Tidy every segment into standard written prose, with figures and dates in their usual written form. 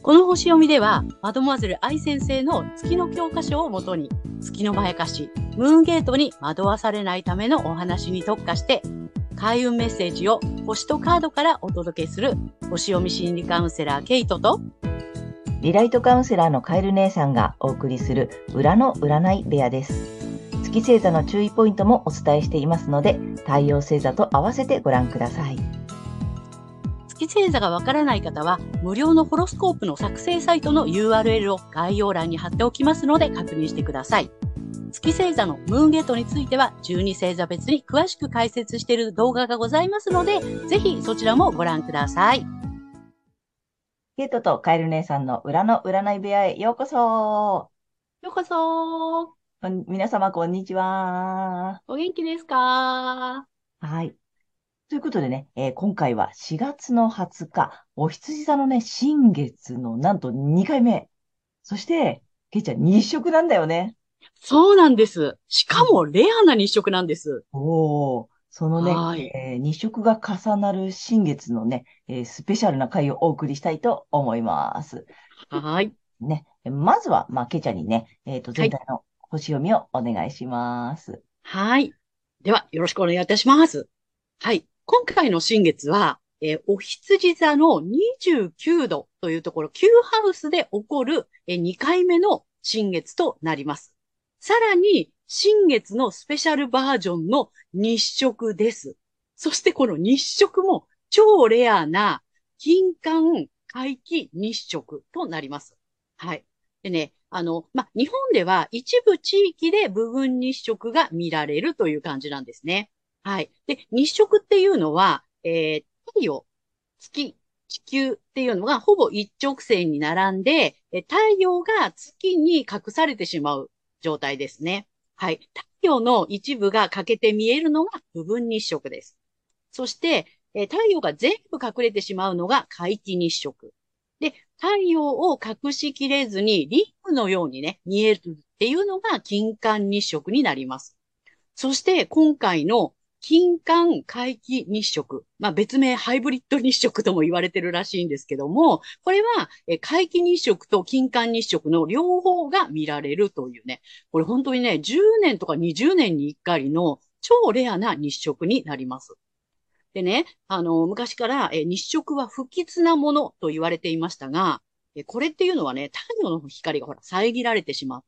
この星読みでは、マドモアゼル愛先生の月の教科書をもとに、月のまやかし、ムーンゲートに惑わされないためのお話に特化して、開運メッセージを星とカードからお届けする、星読み心理カウンセラーケイトと、 リライトカウンセラーのカエル姉さんがお送りする裏の占い部屋です。月星座の注意ポイントもお伝えしていますので、太陽星座と合わせてご覧ください。 月星座がわからない方は、無料のホロスコープの作成サイトの URL を概要欄に貼っておきますので確認してください。月星座のムーンゲートについては、12星座別に詳しく解説している動画がございますので、ぜひそちらもご覧ください。 ケイトとカエル姉さんの裏の占い部屋へようこそ。 ようこそ。 皆様こんにちは。 お元気ですか？ はい。ということでね、今回は4月の20日、お羊座のね、新月のなんと2回目。そして、ケイちゃん日食なんだよね。 そうなんです。しかもレアな日食なんです。 そのね、 はい。 日食が重なる新月のね、スペシャルな回をお送りしたいと思います。 はい。 ね、まずは、ケイちゃんにね、 はい。 全体の星読みをお願いします。 はい。では、よろしくお願いいたします。はい。今回の新月は、お羊座の29度というところ、Q ハウスで起こる、2回目の新月となります。さらに、新月のスペシャルバージョンの日食です。そしてこの日食も超レアな金環皆既日食となります。はい。でね、日本では一部地域で部分日食が見られるという感じなんですね。はい。で、日食っていうのは、太陽、月、地球っていうのがほぼ一直線に並んで、太陽が月に隠されてしまう状態ですね。はい。太陽の一部が欠けて見えるのが部分日食です。そして、太陽が全部隠れてしまうのが皆既日食。で、太陽を隠しきれずにリングのようにね、見えるっていうのが金環日食になります。そして今回の金環皆既日食。別名ハイブリッド日食とも言われてるらしいんですけども、これは皆既日食と金環日食の両方が見られるというね、これ本当にね、10年とか20年に1回の超レアな日食になります。でね、昔から、日食は不吉なものと言われていましたが、これっていうのはね、太陽の光がほら、遮られてしまって、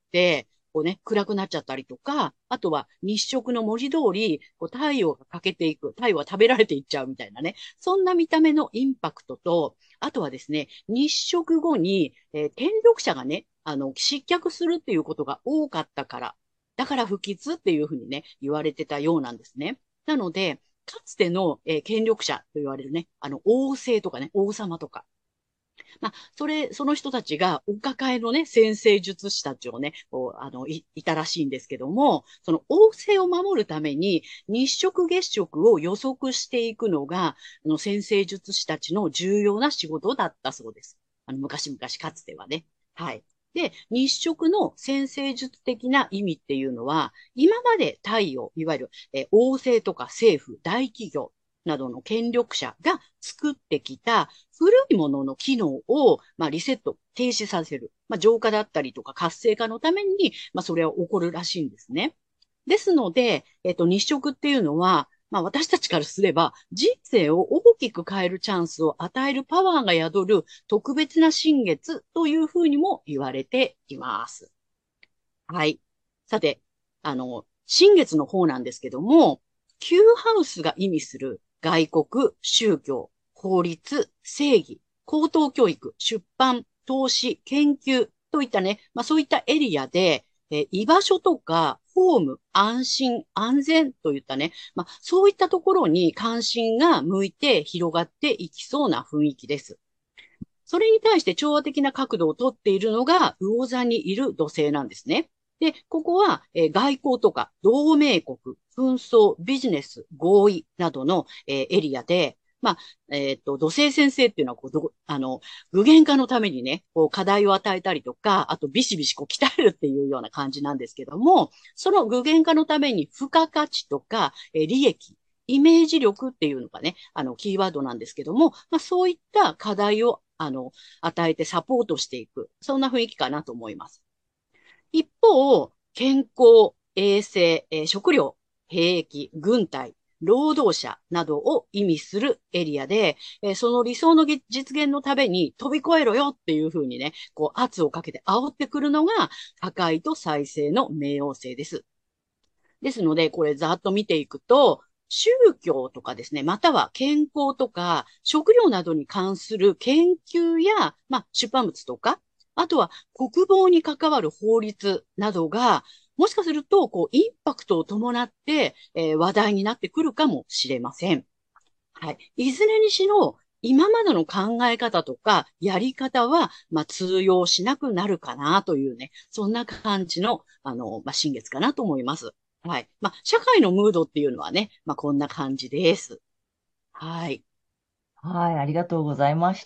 こうね、暗くなっちゃったりとか、あとは日食の文字通り、こう太陽が欠けていく、太陽は食べられていっちゃうみたいなね、そんな見た目のインパクトと、あとはですね、日食後に、権力者がね、失脚するっていうことが多かったから、だから不吉っていうふうにね、言われてたようなんですね。なので、かつての、権力者と言われるね、王政とかね、王様とか。その人たちがお抱えのね、先生術師たちをね、こういたらしいんですけども、その王政を守るために日食月食を予測していくのが、先生術師たちの重要な仕事だったそうです。昔々かつてはね。はい。で、日食の先生術的な意味っていうのは、今まで太陽、いわゆる、王政とか政府、大企業などの権力者が作ってきた古いものの機能を、リセット、停止させる。浄化だったりとか活性化のために、それは起こるらしいんですね。ですので、日食っていうのは、私たちからすれば、人生を大きく変えるチャンスを与えるパワーが宿る特別な新月というふうにも言われています。はい。さて、新月の方なんですけども、Q ハウスが意味する外国、宗教、法律、正義、高等教育、出版、投資、研究といったね、そういったエリアで、居場所とか、ホーム、安心、安全といったね、そういったところに関心が向いて広がっていきそうな雰囲気です。それに対して調和的な角度をとっているのが魚座にいる土星なんですね。で、ここは、外交とか同盟国、紛争、ビジネス、合意などの、エリアで、土星先生っていうのは具現化のためにね、こう課題を与えたりとか、あとビシビシこう鍛えるっていうような感じなんですけども、その具現化のために付加価値とか、利益、イメージ力っていうのがね、キーワードなんですけども、そういった課題を与えてサポートしていく。そんな雰囲気かなと思います。一方、健康、衛生、食料、兵役、軍隊、労働者などを意味するエリアで、その理想の実現のために飛び越えろよっていうふうにね、こう圧をかけて煽ってくるのが破壊と再生の冥王星です。ですので、これざっと見ていくと、宗教とかですね、または健康とか食料などに関する研究や、出版物とか、あとは国防に関わる法律などが、もしかすると、インパクトを伴って、話題になってくるかもしれません。はい。いずれにしろ、今までの考え方とか、やり方は、通用しなくなるかなというね、そんな感じの、新月かなと思います。はい。社会のムードっていうのはね、こんな感じです。はい。 はい、ありがとうございました。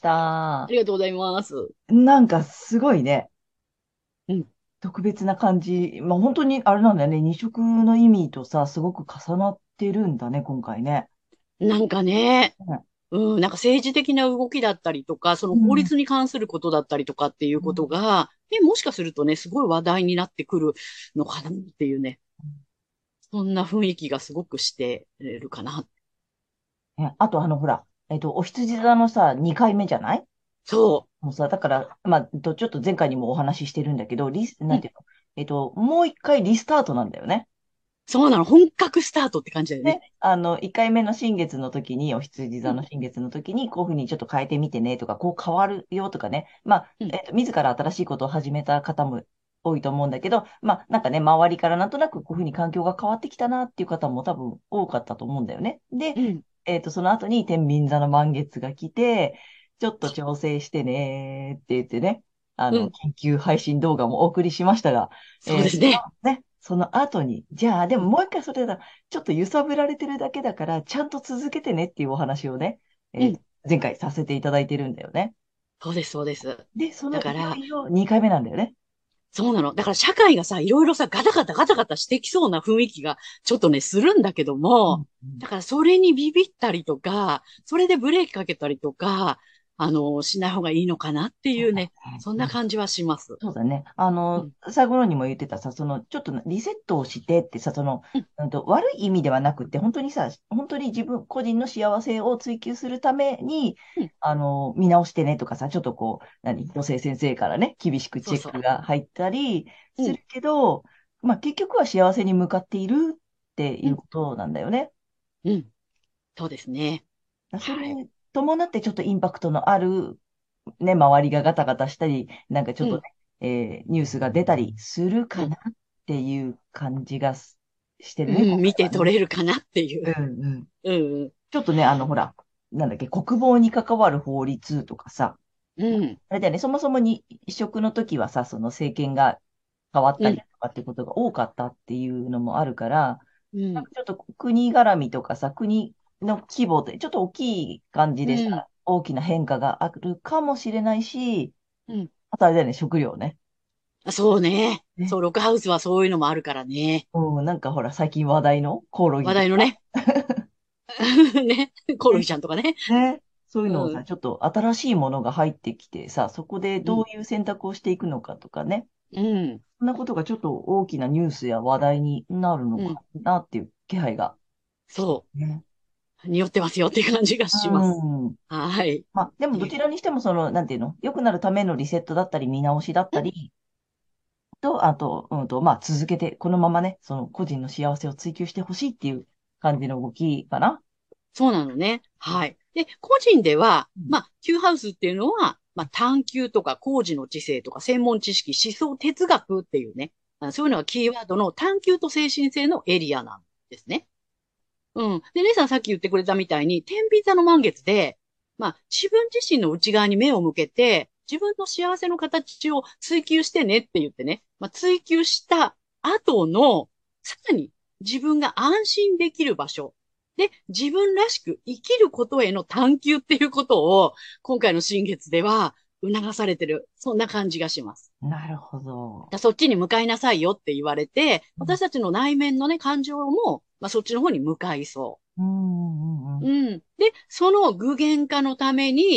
ありがとうございます。 なんかすごいね、 うん。 特別な感じ。本当にあれなんだよね、二色の意味とさ、すごく重なってるんだね、今回ね。 なんかね、 ね。 なんか政治的な動きだったりとか、そのうん。 法律に関することだったりとかっていうことうん。 が、もしかするとね、すごい話題になってくるのかなっていうね、そんな雰囲気がすごくしてるかな。 ね、あと、ほら、お羊座のさ、2回目じゃない？ そもうさ、だから、ちょっと前回にもお話ししてるんだけど、 う。うん。 なんていうの？もう一回リスタートなんだよね。 そうなの。本格スタートって感じだよね。 ね、1回目の新月の時に、お羊うん。 座の新月の時に、こういうふうにちょっと変えてみてねとか、こう変わるよとかね。 うん。 自ら新しいことを始めた方も多いと思うんだけど、なんかね、周りからなんとなくこういうふうに環境が変わってきたなっていう方も多分多かったと思うんだよね。で、 うん。 その後に天秤座の満月が来て、ちょっと調整してねって言ってね、 うん。 緊急配信動画もお送りしましたが、 そうですね。 その後に、じゃあ、でうん。 ももう一回それだ、ちょっと揺さぶられてるだけだから、ちゃんと続けてねっていうお話をね、 うん。 前回させていただいてるんだよね。 そうです、そうです。 で、そのいよだから、 いよ2回目なんだよね。 そうなの。だから社会がさ、いろいろさ、ガタガタガタガタしてきそうな雰囲気がちょっとね、するんだけども、 うんうん。 だからそれにビビったりとか、それでブレーキかけたりとか、しない方がいいのかなってそうだいうね、 ね。 そんな感じはします。 そうだね。 うん。 最後のにも言ってたさ、ちょっとリセットをしてってさ、 うん。 悪い意味ではなくて、本当にさ、本当に自分個人の幸せを追求するために、 うん。 見直してねとかさ、ちょっとこう、女性先生からね、厳しくチェッそうそクが入ったりう。うん。 するけど、結局は幸せに向かっているってうん。 いうことなんだよね。 うん。そうですね。 それはい。 に伴ってちょっとインパクトのあるね、周りがガタガタしたり、なんかちょっとね、 うん。 ニュースが出たりするうん。 かなっていう感じがしてるね、今うん。見て回はね。 取れるかなっていう。 うんうん。 うん。うん。 ちょっとね、ほら、なんだっけ、国防に関わる法律とかさ、 うん。 あれだよね、そもそもに移植の時はさ、その政権が変わったりうん。 とかってことが多かったっていうのもあるから、 うん。 なんかちょっと国絡みとかさ、国の規模でちょっと大きい感じでさ、 うん。 大きな変化があるかもしれないし、 うん。 あとあれだよね、食料ね。 そうね。 ね。 そう、ログハウスはそういうのもあるからね。 うん、なんかほら、最近話題のコオロギとか。 話題のね。ね。コオロギね。 ちゃんとかね。 ね。そういうのをさ、 うん。 ちょっと新しいものが入ってきてさ、そこでうん。 どういう選択をしていくのかとかね。 うん。 そんなことがちょっと大きなニュースや話題になるのうん。 かなっていう気配がしてそるね。 う。匂ってますよっていう感じがします。 うん。 はい。 でもどちらにしてもなんていうの、良くなるためのリセットだったり、見直しだったり、あと、続けて、このままね、その個人の幸せを追求してほしいっていう感じの動きかな。 そうなのね。はい。で、個人では、 うん。 Q ハウスっていうのは、探求とか工事の知性とか専門知識、思想哲学っていうね、そういうのがキーワードの探求と精神性のエリアなんですね。うん。で、姉さんさっき言ってくれたみたいに、天秤座の満月で、自分自身の内側に目を向けて、自分の幸せの形を追求してねって言ってね、追求した後の、さらに自分が安心できる場所で、自分らしく生きることへの探求っていうことを、今回の新月では促されてる。そんな感じがします。 なるほど。 そっちに向かいなさいよって言われて、 うん。 私たちの内面のね、感情も、そっちの方に向かいそう。 うんうんうん。 うん。で、その具現化のために、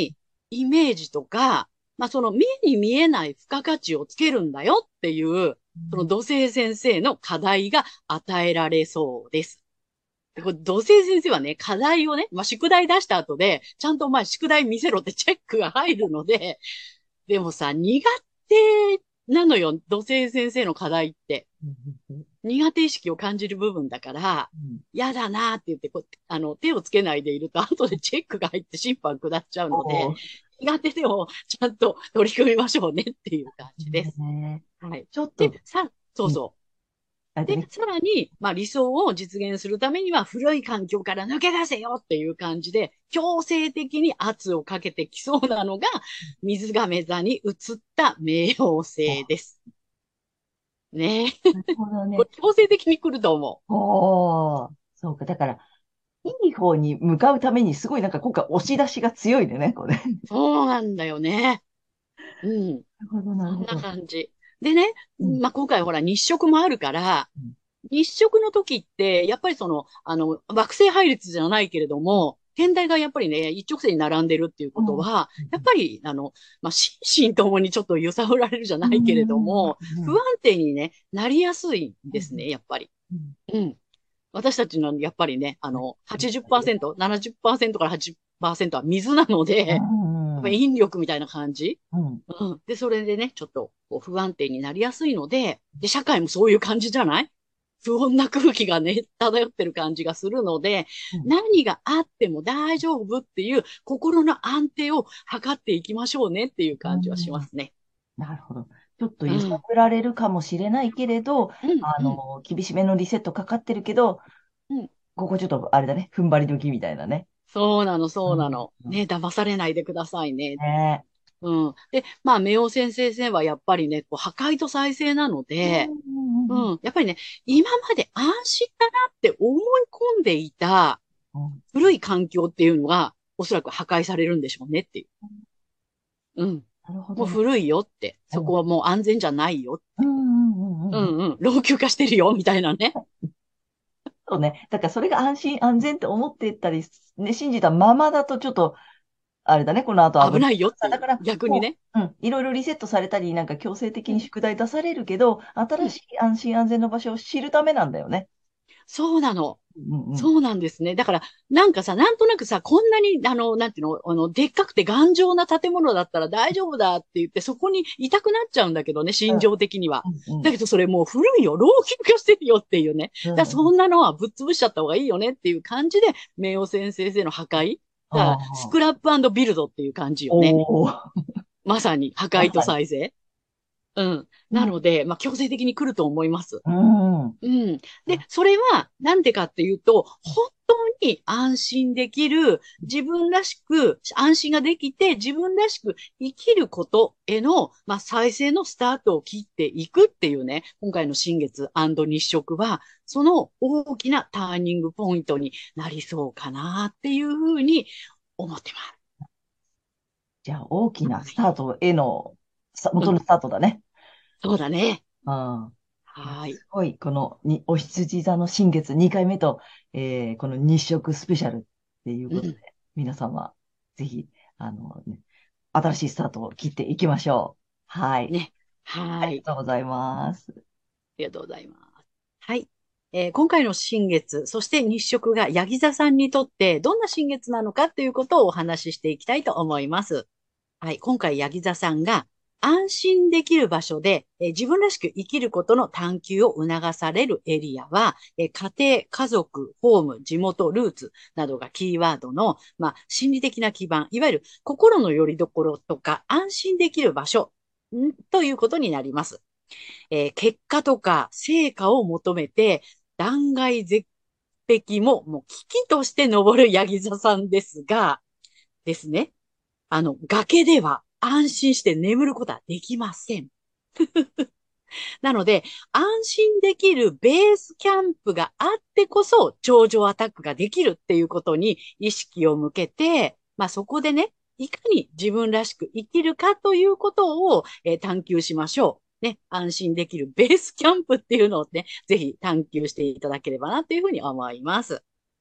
イメージとか、まあその目に見えない付加価値をつけるんだよっていう、その土星先生の課題が与えられそうです。で、これ土星先生はね、課題をね、まあ宿題出した後で、ちゃんとまあ宿題見せろってチェックが入るので、でもさ、苦手なのよ、土星先生の課題って。苦手意識を感じる部分だから、嫌だなって言って、手をつけないでいると、後でチェックが入って審判下っちゃうので、 おー。 苦手でもちゃんと取り組みましょうねっていう感じです。 ねはい。で、 ちょっと、 そううん、 そう。で、 あれだね。 さらに、まあ理想を実現するためには古い環境から抜け出せよっていう感じで、強制的に圧をかけてきそうなのが、水亀座に移った冥王星です。ねえ。 なるほどこれね。 強制的に来ると思おー。そうか。だから、いい方に向かうために、すごいなんか今回押し出しが強いね、これ。なう。そうなんだよね。うん。 るほど、なるそんなほど。 感じ。でね、 うん。 まあ、今回ほら日食もあるから、 うん。 日食の時って、やっぱり惑星配列じゃないけれども、天体がやっぱりね、一直線に並んでるっていううん。 ことは、やっぱり、まあ、心身ともにちょっと揺さぶられるじゃうないけれどん。 も、不安定にね、なりやすいんうん。 ですね、やっぱり。 うん。 うん。私たちのやっぱりね、80%、70%から80%は水なので、 うん。 やっぱうん。 引力みたいな感じ。 うん。 うん。で、それでね、ちょっとこう不安定になりやすいので、で、社会もそういう感じじゃない？不穏な空気がね、漂ってる感じがするので、 うん。 何があっても大丈夫っていう心の安定を図っていきましょうねっていうう感じはしまん。 すね。 なるほど。ちょっと揺さうん。 ぶられるかもしれないけれど、 うん。うん。 厳しめのリセットかかってるけど、 うん。 ここちょっと、あれだね、踏ん張り時みたいなね。 そうなの、 うん。 そうなの。 うん。 ね、騙されないでくださいね。 ねうん。で、まあ、冥王星先生はやっぱりね、こう破壊と再生なのえ。うで、 ん。 うん。やっぱりね、今まで安心だなって思い込んでいたうん。うん。 古い環境っていうのが、おそらく破壊されるんでしょうねっていう。うん。もうなるほどね。 古いよって。 うん。 そこはもう安全じゃないよ。 うんうんうんうん。 うんうん。老朽化してるよ、みたいなね。 そうね。だからそれが安心安全って思っていったり、ね、信じたままだとちょっと、あれだね、この後危ない危ないよっていう。 から、も逆にね。 う、うん、いろいろリセットされたり、なんか強制的うん。 に宿題出されるけど、 うん。 新しい安心安全の場所を知るためなんだよね。 そうなの。 うんうん。 そうなんですね。だから、なんかさ、なんとなくさ、こんなに、なんていうの、でっかくて頑丈な建物だったら大丈夫だって言って、そこにいたくなっちゃうんだけどね、心情的には。 うんうんだけど、それもう古いよ、老朽化してるよっていうね。 うん。 だから、そんなのはぶっ潰しちゃった方がいいよねっていう感じで、冥王星先生の破壊。だから、スああ。 クラップビルドっていう感じよね。 おお。 まさに、破壊とまさに。 再生。うん。 うん。 なので、まあ、強制的に来ると思います。 うん。 うん。で、それは、なんでかっていうと、本当に安心できる、自分らしく、安心ができて、自分らしく生きることへの、まあ、再生のスタートを切っていくっていうね、今回の新月日食は、その大きなターニングポイントになりそうかなっていうふうに思ってます。 じゃあ、大きなはい。 スタートへの、 うん。 元のスタートだね。 そうだね。 うん。いや、 はい。 すごい、このお羊座の新月2回目と、この日食スペシャルっていううん。 ことで、皆様、ぜひ、新しいスタートを切っていきましょう。はい。 ね。 ありはい。 がとうございます。 りがとうございます。はい。今回の新月、そして日食がヤギ座さんにとってどんな新月なのかということをお話ししていきたいと思います。はい。今回ヤギ座さんが安心できる場所で、自分らしく生きることの探求を促されるエリアは、家庭、家族、ホーム、地元、ルーツなどがキーワードの、まあ、心理的な基盤、いわゆる心の拠り所とか安心できる場所ということになります。結果とか成果を求めて、断崖絶壁ももう危機として登るヤギ座さんですが、ですね。崖では安心して眠ることはできません。なので、安心できるベースキャンプがあってこそ、頂上アタックができるっていうことに意識を向けて、まあそこでね、いかに自分らしく生きるかということを、探求しましょう。ね、安心できるベースキャンプっていうのをね、ぜひ探求していただければなというふうに思います。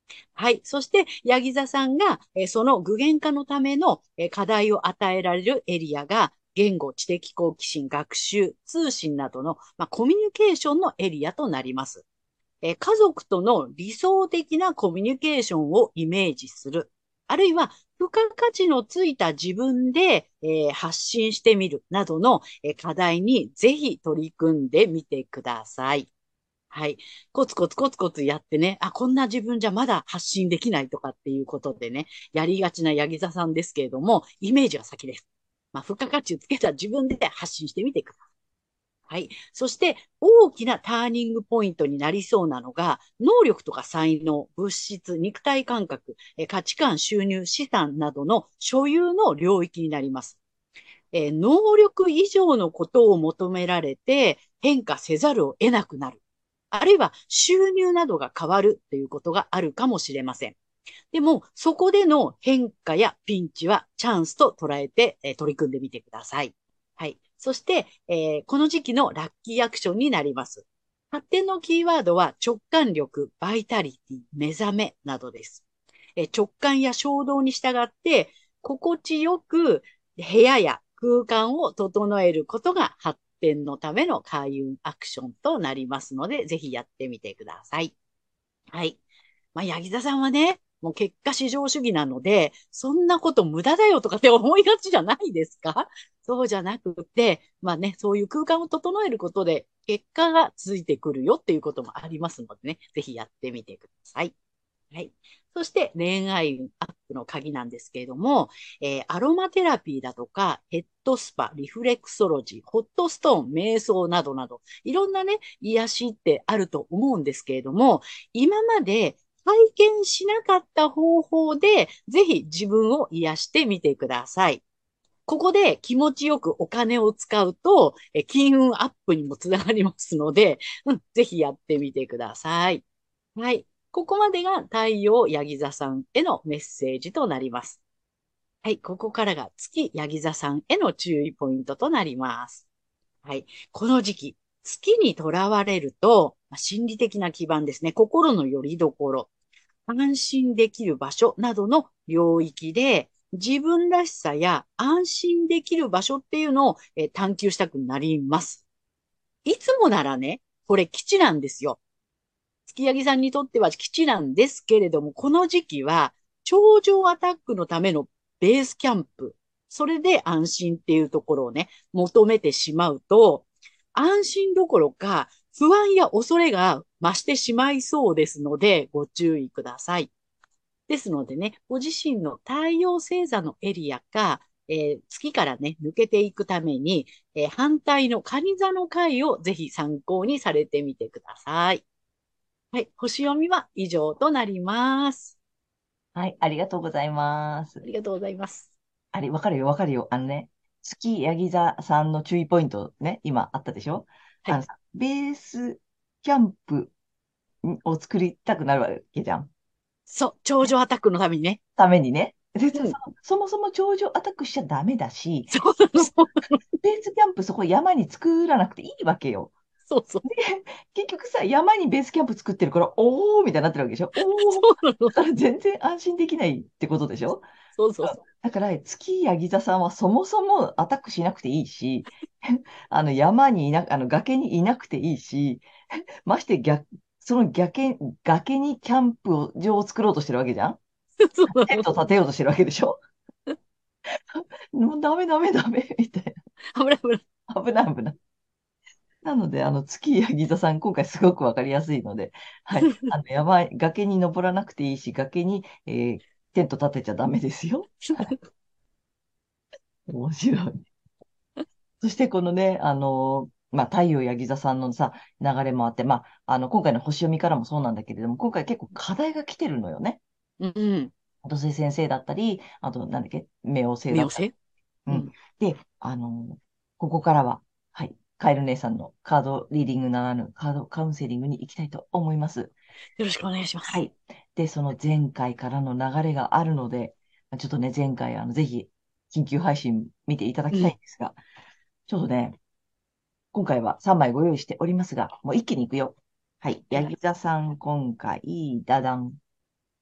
はい。そして、ヤギ座さんが、その具現化のための、課題を与えられるエリアが、言語、知的好奇心、学習、通信などの、コミュニケーションのエリアとなります。家族との理想的なコミュニケーションをイメージする。あるいは、付加価値のついた自分で、発信してみるなどの、課題にぜひ取り組んでみてください。はい。コツコツコツコツやってね、あ、こんな自分じゃまだ発信できないとかっていうことでね、やりがちなヤギ座さんですけれども、イメージは先です。付加価値をつけた自分で発信してみてください。はい。そして、大きなターニングポイントになりそうなのが、能力とか才能、物質、肉体感覚、価値観、収入、資産などの所有の領域になります。能力以上のことを求められて変化せざるを得なくなる。あるいは収入などが変わるということがあるかもしれません。でも、そこでの変化やピンチはチャンスと捉えて、取り組んでみてください。はい。そして、この時期のラッキーアクションになります。発展のキーワードは直感力、バイタリティ、目覚めなどです。直感や衝動に従って、心地よく部屋や空間を整えることが発展のための開運アクションとなりますので、ぜひやってみてください。はい。ヤギ座さんはね、もう結果至上主義なので、そんなこと無駄だよとかって思いがちじゃないですか？そうじゃなくて、そういう空間を整えることで結果がついてくるよっていうこともありますのでね、ぜひやってみてください。はい。そして恋愛運アップの鍵なんですけれども、アロマテラピーだとか、ヘッドスパ、リフレクソロジー、ホットストーン、瞑想などなど、いろんなね、癒しってあると思うんですけれども、今まで体験しなかった方法で、ぜひ自分を癒してみてください。ここで気持ちよくお金を使うと、金運アップにもつながりますので、ぜひやってみてください。はい。ここまでが太陽ヤギ座さんへのメッセージとなります。はい。ここからが月ヤギ座さんへの注意ポイントとなります。はい。この時期、月にとらわれると、心理的な基盤ですね。心の拠り所、安心できる場所などの領域で、自分らしさや安心できる場所っていうのを探求したくなります。いつもならね、これ基地なんですよ。月柳さんにとっては基地なんですけれども、この時期は頂上アタックのためのベースキャンプ、それで安心っていうところをね、求めてしまうと、安心どころか不安や恐れが増してしまいそうですので、ご注意ください。ですのでね、ご自身の太陽星座のエリアか、月からね、抜けていくために、反対の蟹座の回をぜひ参考にされてみてください。はい。星読みは以上となります。 はい、ありがとうございます。 ありがとうございます。 あれ、わかるよ、わかるよ。月ヤギ座さんの注意ポイントね、今あったでしょ？ はい。 ベースキャンプを作りたくなるわけじゃん。 そう。頂上アタックのためにね。 ためにね。で、 うん。 そもそも頂上アタックしちゃダメだし、 そうなの、そうなの。 ベースキャンプそこ山に作らなくていいわけよ。 そうそう。 で、結局さ、山にベースキャンプ作ってるから、おーみたいになってるわけでしょ？おー、 そうなの。 だから全然安心できないってことでしょ？ そうそうそう。 だから、月ヤギ座さんはそもそもアタックしなくていいし、山にいな、崖にいなくていいし、ましてその崖にキャンプ場を作ろうとしてるわけじゃん？ そうなの。 テント立てようとしてるわけでしょ？もうダメダメダメみたい危ない危ない。 な。危ない危ない。なので、月やギ座さん、今回すごくわかりやすいので、はい。崖に登らなくていいし、崖に、テント立てちゃダメですよ。はい。面白い。そして、このね、太陽やギ座さんのさ、流れもあって、今回の星読みからもそうなんだけれども、今回結構課題が来てるのよね。 うん。 土星先生だったり、あと、なんだっけ、冥王星だったり。 見寄せ。 うん。 うん。 で、ここからは、はい、カエル姉さんのカードリーディングならぬカードカウンセリングに行きたいと思います。 よろしくお願いします。 はい。で、その前回からの流れがあるので、ちょっとね、前回、ぜひ、緊急配信見ていただきたいんうん。 ですが、ちょっとね、今回は3枚ご用意しておりますが、もう一気に行くよ。はい。 はい。 ヤギ座さん、今回、ダダン。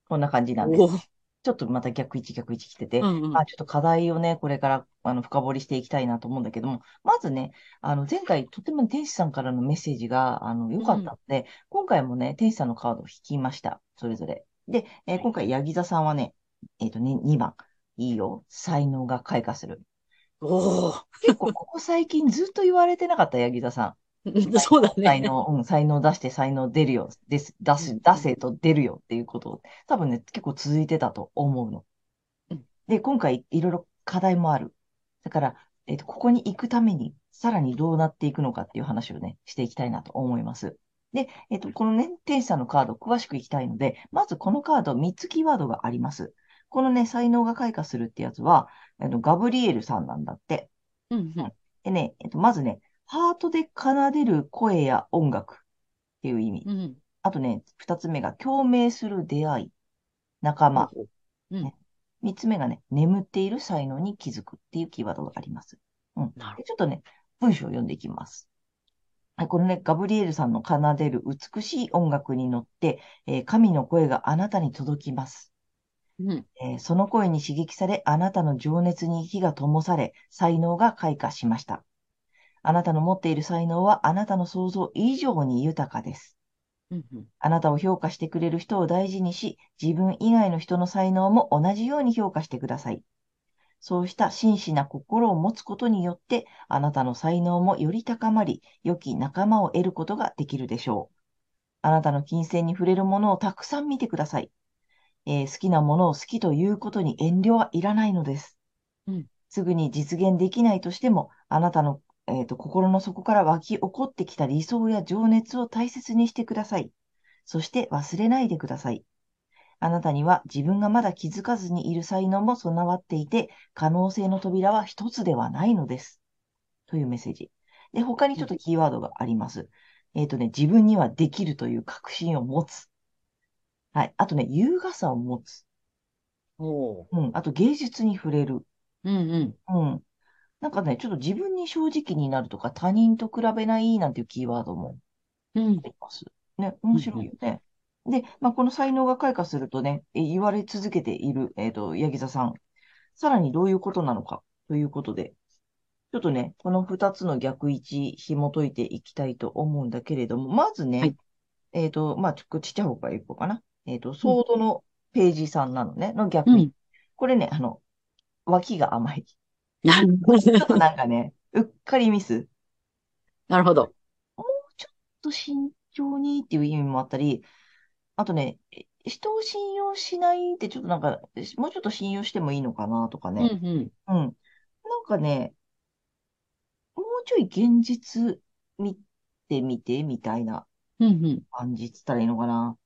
こんな感じなんです。 おー。 ちょっとまた逆位置逆位置来てて、 うんうん。 ちょっと課題をね、これから深掘りしていきたいなと思うんだけども、まずね、前回とても天使さんからのメッセージが良かったうん。 ので、今回もね、天使さんのカードを引きました。それぞれ。で、 はい。 今回、ヤギ座さんはね、2番。いいよ。才能が開花する。 おー。 結構、ここ最近ずっと言われてなかった、ヤギ座さん。才そうだ能、才ね。 能、才能出して才能出るよ。 うん出うん。 せと出るよっていうことを、多分ね、結構続いてたと思うの。 うん。 で、今回いろいろ課題もある。だから、ここに行くために、さらにどうなっていくのかっていう話をね、していきたいなと思います。で、このね、天使さんのカード、詳しくいきたいので、まずこのカード、3つキーワードがあります。このね、才能が開花するってやつは、ガブリエルさんなんだって。 うんうん。 でね、まずね、ハートで奏でる声や音楽っていう意味。 うん。 あとね、2つ目が共鳴する出会い、仲間。 ほうほう。うん。 ね。三つ目がね、眠っている才能に気づくっていうキーワードがあります。うん。 なるで、ちょっとね、文章を読んでいきます。はい、このね、ガブリエルさんの奏でる美しい音楽に乗って、神の声があなたに届きます。 ほど。うん。 その声に刺激され、あなたの情熱に火が灯され、才能が開花しました。あなたの持っている才能はあなたの想像以上に豊かです。 うんうん。 あなたを評価してくれる人を大事にし、自分以外の人の才能も同じように評価してください。そうした真摯な心を持つことによって、あなたの才能もより高まり、良き仲間を得ることができるでしょう。あなたの金銭に触れるものをたくさん見てください。好きなものを好きということに遠慮はいらないのです。 うん。 すぐに実現できないとしても、あなたの、心の底から湧き起こってきた理想や情熱を大切にしてください。そして忘れないでください。あなたには自分がまだ気づかずにいる才能も備わっていて、可能性の扉は一つではないのです。というメッセージ。で、他にうん。 ちょっとキーワードがあります。自分にはできるという確信を持つ。はい。あとね、優雅さを持つ。 おー。 うん。あと芸術に触れる。 うんうん。 うん。なんかね、ちょっと自分に正直になるとか、他人と比べないなんていうキーワードもうん。 あります。ね、面うんうん。 白いよね。で、まあ、この才能が開花するとね、言われ続けている、ヤギ座さん。さらにどういうことなのかということで、ちょっとね、この二つの逆位置紐解いていきたいと思うんだけれども、まずね、 はい。 まあ、ちっちゃい方からいこうかな。 うん。 ソードのページさんなのね、の逆位置。 うん。 これね、脇が甘い。ちなるほど。 ょっとなんかね、うっかりミス。 なるほど。 もうちょっと慎重にっていう意味もあったり、あとね、人を信用しないってちょっとなんか、もうちょっと信用してもいいのかなとかうんね。 うん。 うん。なんかね、もうちょい現実見てみてみたいなうんうん。 感じって言ったらいいのかな。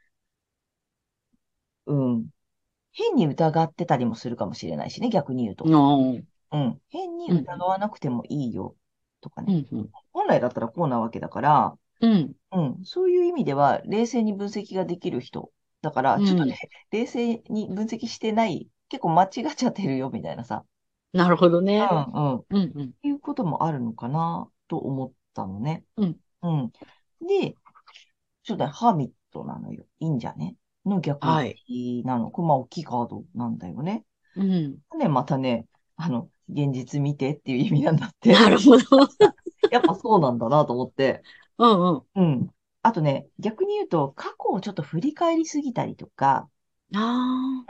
うん。変に疑ってたりもするかもしれないしね、逆に言うと。 おー。 うん。変にうんうん。 疑わなくてもいいよ、とかね。 うんうん。 本来だったらこうなわけだから、 うん。 うん。そういう意味では、冷静に分析ができる人。だから、ちょっとね、 うん。 冷静に分析してない、結構間違っちゃってるよ、みたいなさ。 なるほどうね。 ん、うん。 うんうん。 いうこともあるのかな、と思ったのね。 うん。 うん。で、ちょっとね、ハーミットなのよ。いいんじゃねの逆位はい。 置なの。これまあ、大きいカードなんだよね。 うん。 ね、またね、現実見てっていう意味なんだって。 なるほど。 やっぱそうなんだなと思って。 うんうん。 うん。あとね、逆に言うと、過去をちょっと振り返りすぎたりとか、 ああ。 うん。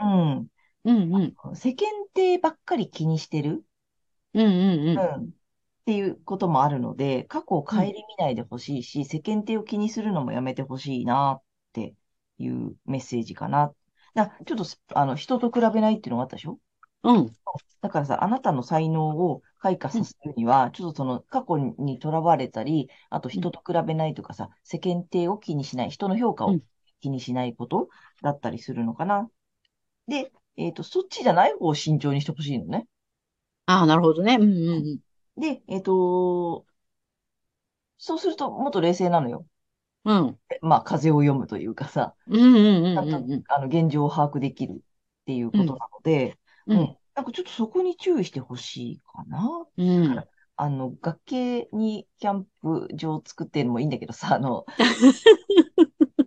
うんうん。 世間体ばっかり気にしてる、 うんうんうん。 うん。っていうこともあるので、過去を顧うんみないでほしいし、世間体を気にするのもやめてほしいなっていうメッセージかな。ちょっと人と比べないっていうのがあったでしょ。 うんだからさ、あなたの才能を開花うん。 させるには、ちょっとその過去にとらわれたり、あとうん。 人と比べないとかさ、世間体を気にしない、人の評価をうん。 気にしないことだったりするのかな。で、そっちじゃない方を慎重にしてほしいのね。 ああ、なるほどね。うんうんで、そうするともっと冷静なのよ。 うん。うん。 まあ、風を読むというかさ、 うんうんうちゃんと、 んうんうん。 現状を把握できるっていううん。 ことなので、うん。 うん。 なんかちょっとそこに注意してほしいかな。 うん。 崖にキャンプ場を作ってるのもいいんだけどさ、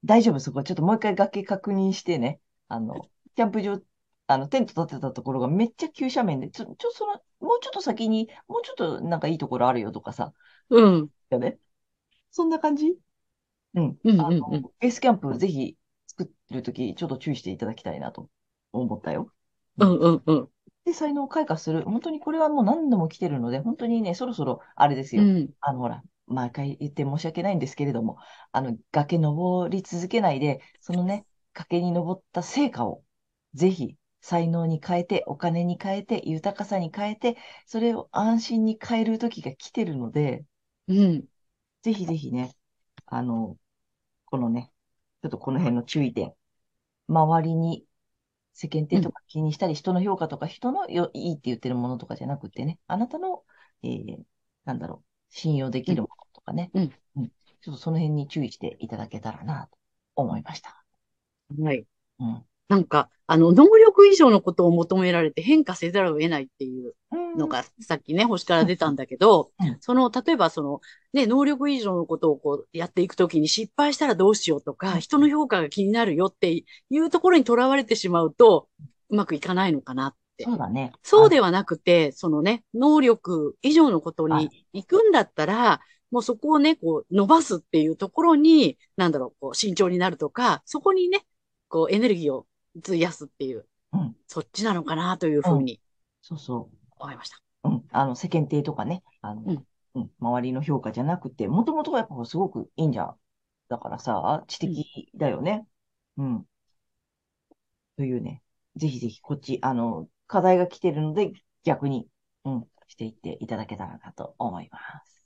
大丈夫、そこ。ちょっともう一回崖確認してね。キャンプ場、テント立てたところがめっちゃ急斜面で、もうちょっと先に、もうちょっとなんかいいところあるよとかさ。 うん。 よね。そんな感じ。うん。 うんうんうん。 ベースキャンプぜひ作ってるとき、ちょっと注意していただきたいなと思ったよ。ううんん。 うんうん。 で、才能を開花する。本当にこれはもう何度も来てるので、本当にね、そろそろ、あれですよ。 うん。 ほら、毎回言って申し訳ないんですけれども、崖登り続けないで、そのね、崖に登った成果を、ぜひ、才能に変えて、お金に変えて、豊かさに変えて、それを安心に変える時が来てるので、 うん。 ぜひぜひね、あの、このね、ちょっとこの辺の注意点、周りに世間うん。 体とか気にしたり、人の評価とか、人のいいって言ってるものとかじゃなくてね、あなたの、なんだろう、信用でうん。 きるものとかね、 うん。 うん、ちょっとその辺に注意していただけたらなと思いました。 はい。 うん。 なんか、能力以上のことを求められて変化せざるを得ないっていううん、うん、 のが、さっきね、星から出たんだけど、 うん、 例えばね、能力以上のことをこう、やっていくときに失敗したらどうしようとか、 うん。 人の評価が気になるよっていうところにとらわれてしまうと、うまくいかないのかなって。 そうだね。 そうではなくて、そのね、能力以上のことあ、 に行くんだったら、もうそこをね、こう、伸ばすっていうところに、こう、慎重になるとか、そこにね、こう、エネルギーを費やすっていう、 うん、 そっちなのかなといううん。 ふうにそうそ思いました。 う。うん。世間体とかね、 うん、 うん、周りの評価じゃなくて、もともとはやっぱすごくいいんじゃん。だからさ、知うん、 的だよね。うん。というね、ぜひぜひこっち、課題が来てるので、逆に、うん、していっていただけたらなと思います。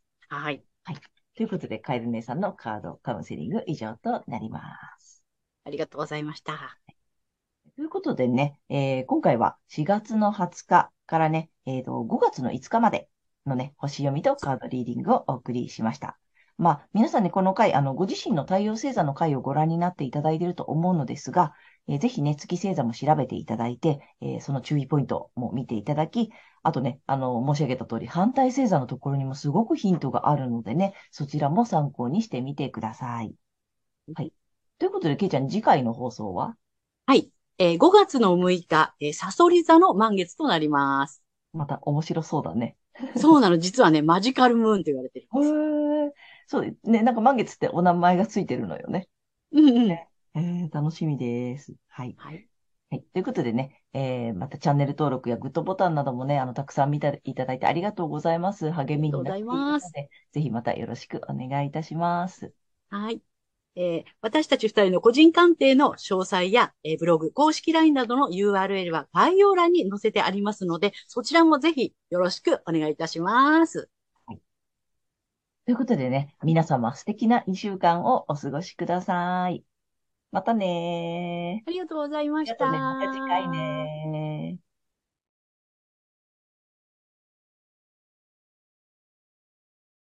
はい。 はい。ということで、カエル姉さんのカードカウンセリング以上となります。 ありがとうございました。 ということでね、今回は4月の20日からね、5月の5日までのね、星読みとカードリーディングをお送りしました。まあ、皆さんね、この回、ご自身の太陽星座の回をご覧になっていただいていると思うのですが、ぜひね、月星座も調べていただいて、その注意ポイントも見ていただき、あとね、申し上げた通り、反対星座のところにもすごくヒントがあるのでね、そちらも参考にしてみてください。はい。ということで、けいちゃん、次回の放送ははい。5月の6日、さそり座の満月となります。 また面白そうだね。 そうなの。実はね、マジカルムーンと言われてるんへですよ。 え、そうね、なんか満月ってお名前がついてるのよね。 うんうん。 楽しみです。はい。 はい。 はい。ということでね、またチャンネル登録やグッドボタンなどもね、たくさん見ていただいてありがとうございます。 あ励りがとうございみになっているます。 ので、ぜひまたよろしくお願いいたします。 はい。私たち二人の個人鑑定の詳細や、ブログ、公式 LINE などの URL は概要欄に載せてありますので、そちらもぜひよろしくお願いいたします。 はい。ということでね、皆様素敵な2週間をお過ごしください。またねー。 ありがとうございましありがとうね。また次回た。 ねー。